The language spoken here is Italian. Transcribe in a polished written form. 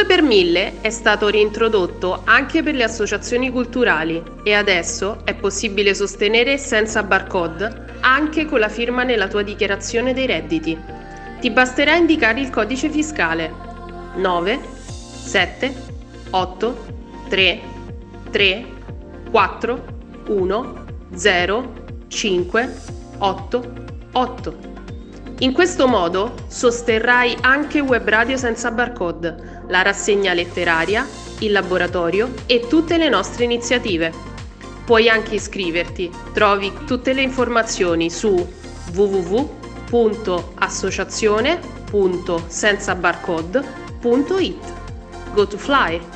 2 per 1000 è stato reintrodotto anche per le associazioni culturali e adesso è possibile sostenere senza barcode anche con la firma nella tua dichiarazione dei redditi. Ti basterà indicare il codice fiscale 9 7 8 3 3 4 1 0 5 8 8. In questo modo sosterrai anche Web Radio senza barcode, la rassegna letteraria, il laboratorio e tutte le nostre iniziative. Puoi anche iscriverti, trovi tutte le informazioni su www.associazione.senzabarcode.it. Go to fly!